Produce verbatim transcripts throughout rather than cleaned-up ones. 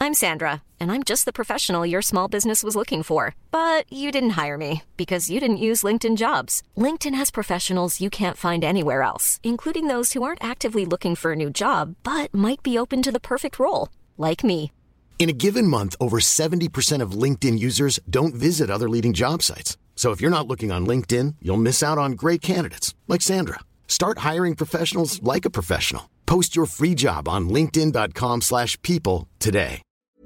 I'm Sandra, and I'm just the professional your small business was looking for. But you didn't hire me because you didn't use LinkedIn Jobs. LinkedIn has professionals you can't find anywhere else, including those who aren't actively looking for a new job, but might be open to the perfect role, like me. In a given month, over seventy percent of LinkedIn users don't visit other leading job sites. So if you're not looking on LinkedIn, you'll miss out on great candidates like Sandra. Start hiring professionals like a professional. Post your free job on linkedin dot com slash people today.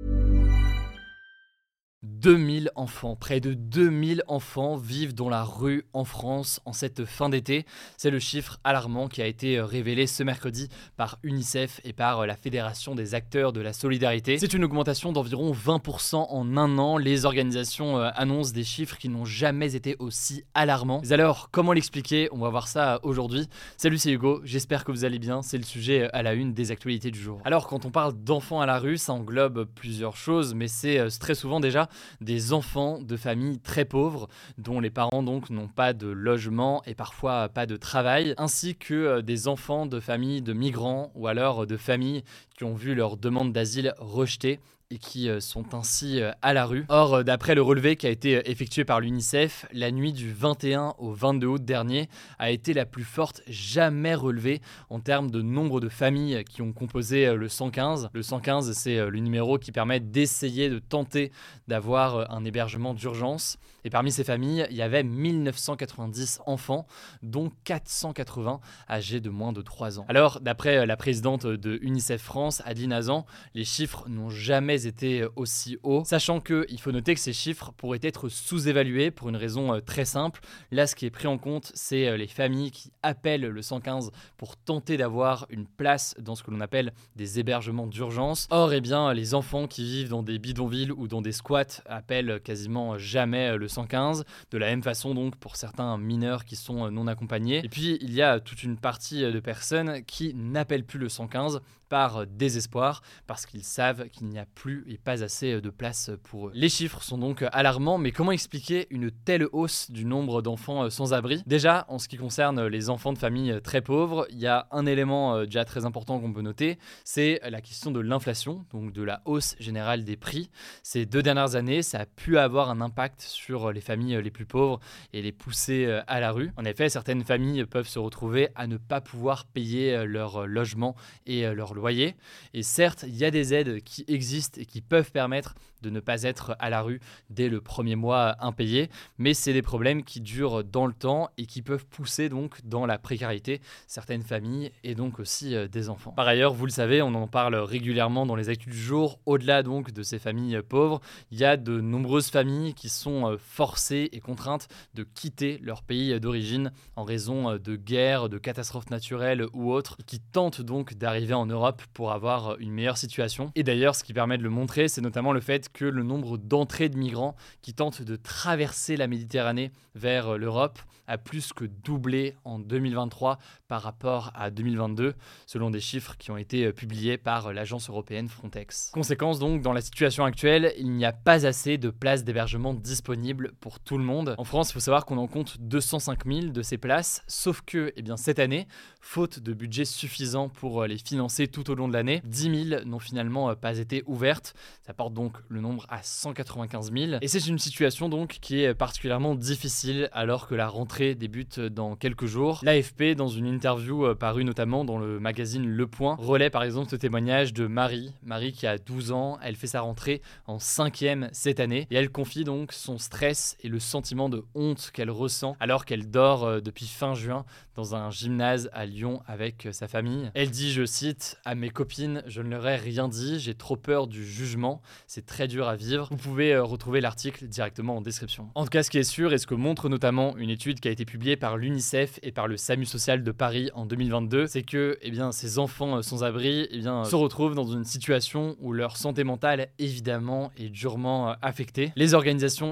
deux mille enfants, près de deux mille enfants vivent dans la rue en France en cette fin d'été. C'est le chiffre alarmant qui a été révélé ce mercredi par UNICEF et par la Fédération des acteurs de la solidarité. C'est une augmentation d'environ vingt pour cent en un an. Les organisations annoncent des chiffres qui n'ont jamais été aussi alarmants. Mais alors, comment l'expliquer ? On va voir ça aujourd'hui. Salut, c'est Hugo, j'espère que vous allez bien. C'est le sujet à la une des actualités du jour. Alors, quand on parle d'enfants à la rue, ça englobe plusieurs choses, mais c'est très souvent déjà des enfants de familles très pauvres dont les parents donc n'ont pas de logement et parfois pas de travail, ainsi que des enfants de familles de migrants ou alors de familles qui ont vu leur demande d'asile rejetée et qui sont ainsi à la rue. Or, d'après le relevé qui a été effectué par l'UNICEF, la nuit du vingt et un au vingt-deux août dernier a été la plus forte jamais relevée en termes de nombre de familles qui ont composé le cent quinze. Le cent quinze, c'est le numéro qui permet d'essayer de tenter d'avoir un hébergement d'urgence. Et parmi ces familles, il y avait mille neuf cent quatre-vingt-dix enfants, dont quatre cent quatre-vingts âgés de moins de trois ans. Alors, d'après la présidente de UNICEF France, Adeline Hazan, les chiffres n'ont jamais été aussi hauts, sachant qu'il faut noter que ces chiffres pourraient être sous-évalués pour une raison très simple. Là, ce qui est pris en compte, c'est les familles qui appellent le cent quinze pour tenter d'avoir une place dans ce que l'on appelle des hébergements d'urgence. Or, eh bien, les enfants qui vivent dans des bidonvilles ou dans des squats appellent quasiment jamais le cent quinze, de la même façon donc pour certains mineurs qui sont non accompagnés. Et puis, il y a toute une partie de personnes qui n'appellent plus le cent quinze par désespoir, parce qu'ils savent qu'il n'y a plus et pas assez de place pour eux. Les chiffres sont donc alarmants, mais comment expliquer une telle hausse du nombre d'enfants sans abri ? Déjà, en ce qui concerne les enfants de familles très pauvres, il y a un élément déjà très important qu'on peut noter, c'est la question de l'inflation, donc de la hausse générale des prix. Ces deux dernières années, ça a pu avoir un impact sur les familles les plus pauvres et les pousser à la rue. En effet, certaines familles peuvent se retrouver à ne pas pouvoir payer leur logement et leur loyer. Et certes, il y a des aides qui existent et qui peuvent permettre de ne pas être à la rue dès le premier mois impayé, mais c'est des problèmes qui durent dans le temps et qui peuvent pousser donc dans la précarité certaines familles et donc aussi euh, des enfants. Par ailleurs, vous le savez, on en parle régulièrement dans les actus du jour, au-delà donc de ces familles pauvres, il y a de nombreuses familles qui sont euh, forcées et contraintes de quitter leur pays d'origine en raison de guerres, de catastrophes naturelles ou autres, et qui tentent donc d'arriver en Europe pour avoir une meilleure situation. Et d'ailleurs, ce qui permet de le montrer, c'est notamment le fait que le nombre d'entrées de migrants qui tentent de traverser la Méditerranée vers l'Europe a plus que doublé en deux mille vingt-trois par rapport à deux mille vingt-deux, selon des chiffres qui ont été publiés par l'agence européenne Frontex. Conséquence donc, dans la situation actuelle, il n'y a pas assez de places d'hébergement disponibles pour tout le monde. En France, il faut savoir qu'on en compte deux cent cinq mille de ces places, sauf que eh bien, cette année, faute de budget suffisant pour les financer tout au long de l'année, dix mille n'ont finalement pas été ouvertes. Ça porte donc le nombre à cent quatre-vingt-quinze mille. Et c'est une situation donc qui est particulièrement difficile alors que la rentrée débute dans quelques jours. L'A F P, dans une interview parue notamment dans le magazine Le Point, relaie par exemple ce témoignage de Marie. Marie qui a douze ans, elle fait sa rentrée en cinquième cette année et elle confie donc son stress et le sentiment de honte qu'elle ressent alors qu'elle dort depuis fin juin dans un gymnase à Lyon avec sa famille. Elle dit, je cite, « À mes copines, je ne leur ai rien dit, j'ai trop peur du jugement, c'est très dur à vivre. » Vous pouvez retrouver l'article directement en description. En tout cas, ce qui est sûr et ce que montre notamment une étude qui a été publiée par l'UNICEF et par le SAMU social de Paris en deux mille vingt-deux, c'est que eh bien, ces enfants sans abri eh bien, se retrouvent dans une situation où leur santé mentale, évidemment, est durement affectée. Les organisations et les assos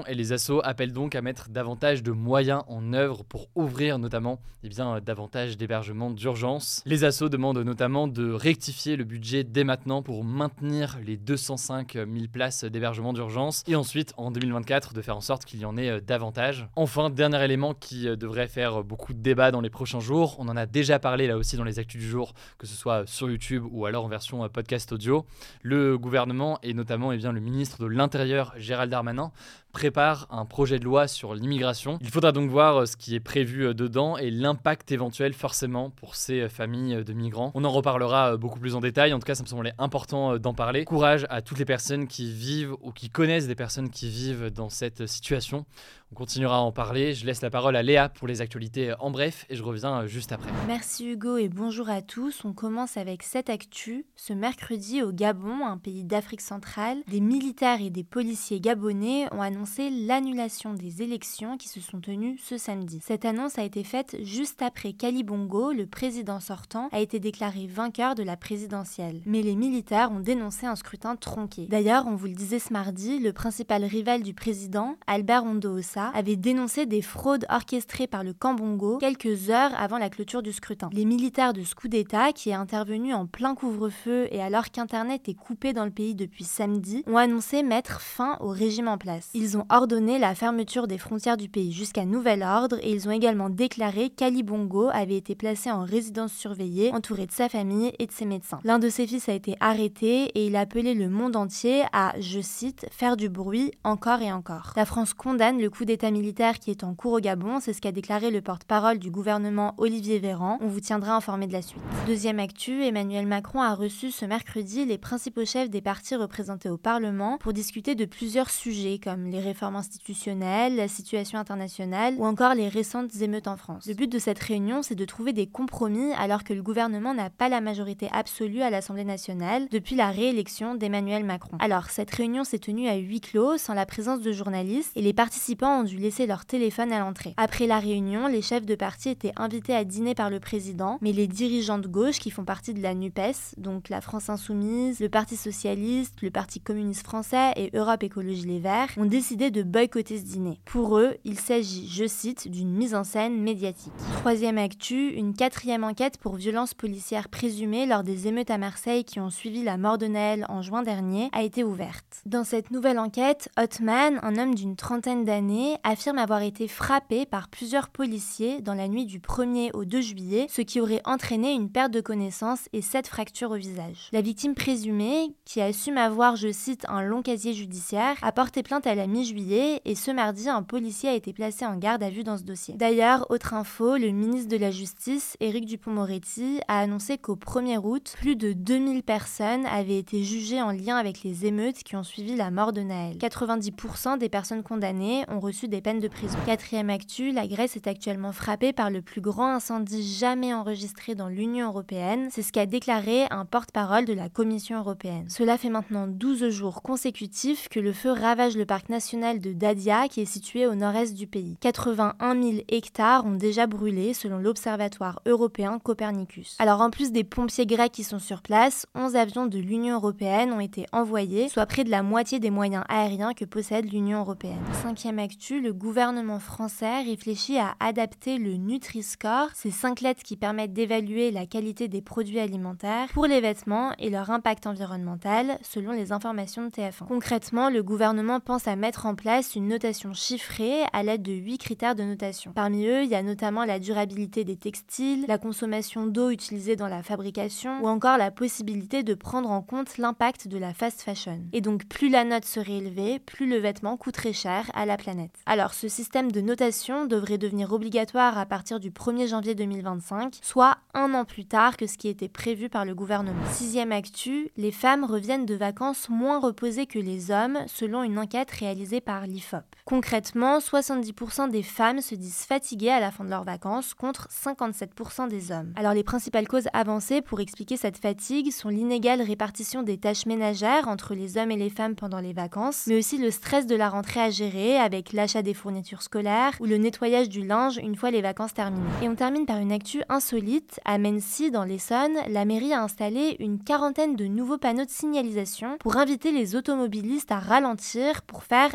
assos appellent donc à mettre davantage de moyens en œuvre pour ouvrir notamment eh bien, davantage d'hébergements d'urgence. Les assos demandent notamment de rectifier le budget dès maintenant pour maintenir les deux cent cinq mille places d'hébergement d'urgence et ensuite en deux mille vingt-quatre de faire en sorte qu'il y en ait davantage. Enfin, dernier élément qui devrait faire beaucoup de débats dans les prochains jours, on en a déjà parlé là aussi dans les actus du jour, que ce soit sur YouTube ou alors en version podcast audio. Le gouvernement et notamment eh bien, le ministre de l'Intérieur Gérald Darmanin prépare un projet de loi sur l'immigration. Il faudra donc voir ce qui est prévu dedans et l'impact éventuel forcément pour ces familles de migrants. On en reparlera beaucoup plus en détail, en tout cas ça me semblait important d'en parler. Courage à toutes les personnes qui vivent ou qui connaissent des personnes qui vivent dans cette situation. On continuera à en parler. Je laisse la parole à Léa pour les actualités en bref et je reviens juste après. Merci Hugo et bonjour à tous. On commence avec cette actu. Ce mercredi au Gabon, un pays d'Afrique centrale, des militaires et des policiers gabonais ont annoncé l'annulation des élections qui se sont tenues ce samedi. Cette annonce a été faite juste après qu'Ali Bongo, le président sortant, a été déclaré vainqueur de la présidentielle. Mais les militaires ont dénoncé un scrutin tronqué. D'ailleurs, on vous le disait ce mardi, le principal rival du président, Albert Ondoosa, avait dénoncé des fraudes orchestrées par le camp Bongo quelques heures avant la clôture du scrutin. Les militaires de ce coup d'État, qui est intervenu en plein couvre-feu et alors qu'Internet est coupé dans le pays depuis samedi, ont annoncé mettre fin au régime en place. Ils ont ordonné la fermeture des frontières du pays jusqu'à nouvel ordre et ils ont également déclaré qu'Ali Bongo avait été placé en résidence surveillée, entouré de sa famille et de ses médecins. L'un de ses fils a été arrêté et il a appelé le monde entier à, je cite, « faire du bruit encore et encore ». La France condamne le coup d'État militaire qui est en cours au Gabon, c'est ce qu'a déclaré le porte-parole du gouvernement Olivier Véran. On vous tiendra informé de la suite. Deuxième actu, Emmanuel Macron a reçu ce mercredi les principaux chefs des partis représentés au Parlement pour discuter de plusieurs sujets comme les réformes institutionnelles, la situation internationale ou encore les récentes émeutes en France. Le but de cette réunion, c'est de trouver des compromis alors que le gouvernement n'a pas la majorité absolue à l'Assemblée nationale depuis la réélection d'Emmanuel Macron. Alors, cette réunion s'est tenue à huis clos, sans la présence de journalistes, et les participants ont dû laisser leur téléphone à l'entrée. Après la réunion, les chefs de parti étaient invités à dîner par le président, mais les dirigeants de gauche qui font partie de la NUPES, donc la France Insoumise, le Parti Socialiste, le Parti Communiste Français et Europe Écologie Les Verts, ont décidé de boycotter ce dîner. Pour eux, il s'agit, je cite, d'une mise en scène médiatique. Troisième actu, une quatrième enquête pour violences policières présumées lors des émeutes à Marseille qui ont suivi la mort de Naël en juin dernier a été ouverte. Dans cette nouvelle enquête, Hotman, un homme d'une trentaine d'années, affirme avoir été frappé par plusieurs policiers dans la nuit du premier au deux juillet, ce qui aurait entraîné une perte de connaissance et sept fractures au visage. La victime présumée, qui assume avoir, je cite, un long casier judiciaire, a porté plainte à la mi-juillet et ce mardi, un policier a été placé en garde à vue dans ce dossier. D'ailleurs, autre info, le ministre de la Justice, Éric Dupond-Moretti, a annoncé qu'au premier août, plus de deux mille personnes avaient été jugées en lien avec les émeutes qui ont suivi la mort de Naël. quatre-vingt-dix pour cent des personnes condamnées ont reçu des peines de prison. Quatrième actu, la Grèce est actuellement frappée par le plus grand incendie jamais enregistré dans l'Union européenne. C'est ce qu'a déclaré un porte-parole de la Commission européenne. Cela fait maintenant douze jours consécutifs que le feu ravage le parc national de Dadia qui est situé au nord-est du pays. quatre-vingt-un mille hectares ont déjà brûlé selon l'Observatoire européen Copernicus. Alors en plus des pompiers grecs qui sont sur place, onze avions de l'Union européenne ont été envoyés, soit près de la moitié des moyens aériens que possède l'Union européenne. Cinquième actu, le gouvernement français réfléchit à adapter le Nutri-Score, ces cinq lettres qui permettent d'évaluer la qualité des produits alimentaires, pour les vêtements et leur impact environnemental, selon les informations de T F un. Concrètement, le gouvernement pense à mettre en place une notation chiffrée à l'aide de huit critères de notation. Parmi eux, il y a notamment la durabilité des textiles, la consommation d'eau utilisée dans la fabrication, ou encore la possibilité de prendre en compte l'impact de la fast fashion. Et donc, plus la note serait élevée, plus le vêtement coûterait cher à la planète. Alors, ce système de notation devrait devenir obligatoire à partir du premier janvier deux mille vingt-cinq, soit un an plus tard que ce qui était prévu par le gouvernement. Sixième actu, les femmes reviennent de vacances moins reposées que les hommes, selon une enquête réalisée par l'I F O P. Concrètement, soixante-dix pour cent des femmes se disent fatiguées à la fin de leurs vacances, contre cinquante-sept pour cent des hommes. Alors, les principales causes avancées pour expliquer cette fatigue sont l'inégale répartition des tâches ménagères entre les hommes et les femmes pendant les vacances, mais aussi le stress de la rentrée à gérer avec l'achat des fournitures scolaires ou le nettoyage du linge une fois les vacances terminées. Et on termine par une actu insolite. À Mency, dans l'Essonne, la mairie a installé une quarantaine de nouveaux panneaux de signalisation pour inviter les automobilistes à ralentir pour faire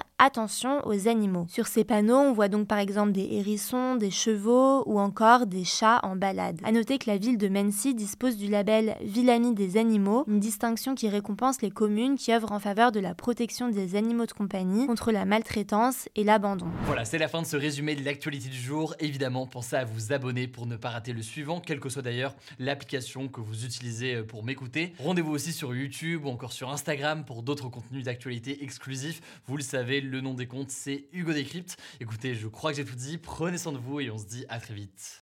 attention aux animaux. Sur ces panneaux, on voit donc par exemple des hérissons, des chevaux ou encore des chats en balade. À noter que la ville de Mency dispose du label Ville amie des animaux, une distinction qui récompense les communes qui œuvrent en faveur de la protection des animaux de compagnie contre la maltraitance et l'abandon. Voilà, c'est la fin de ce résumé de l'actualité du jour. Évidemment, pensez à vous abonner pour ne pas rater le suivant, quelle que soit d'ailleurs l'application que vous utilisez pour m'écouter. Rendez-vous aussi sur YouTube ou encore sur Instagram pour d'autres contenus d'actualité exclusifs. Vous le savez, le nom des comptes, c'est Hugo Décrypte. Écoutez, je crois que j'ai tout dit. Prenez soin de vous et on se dit à très vite.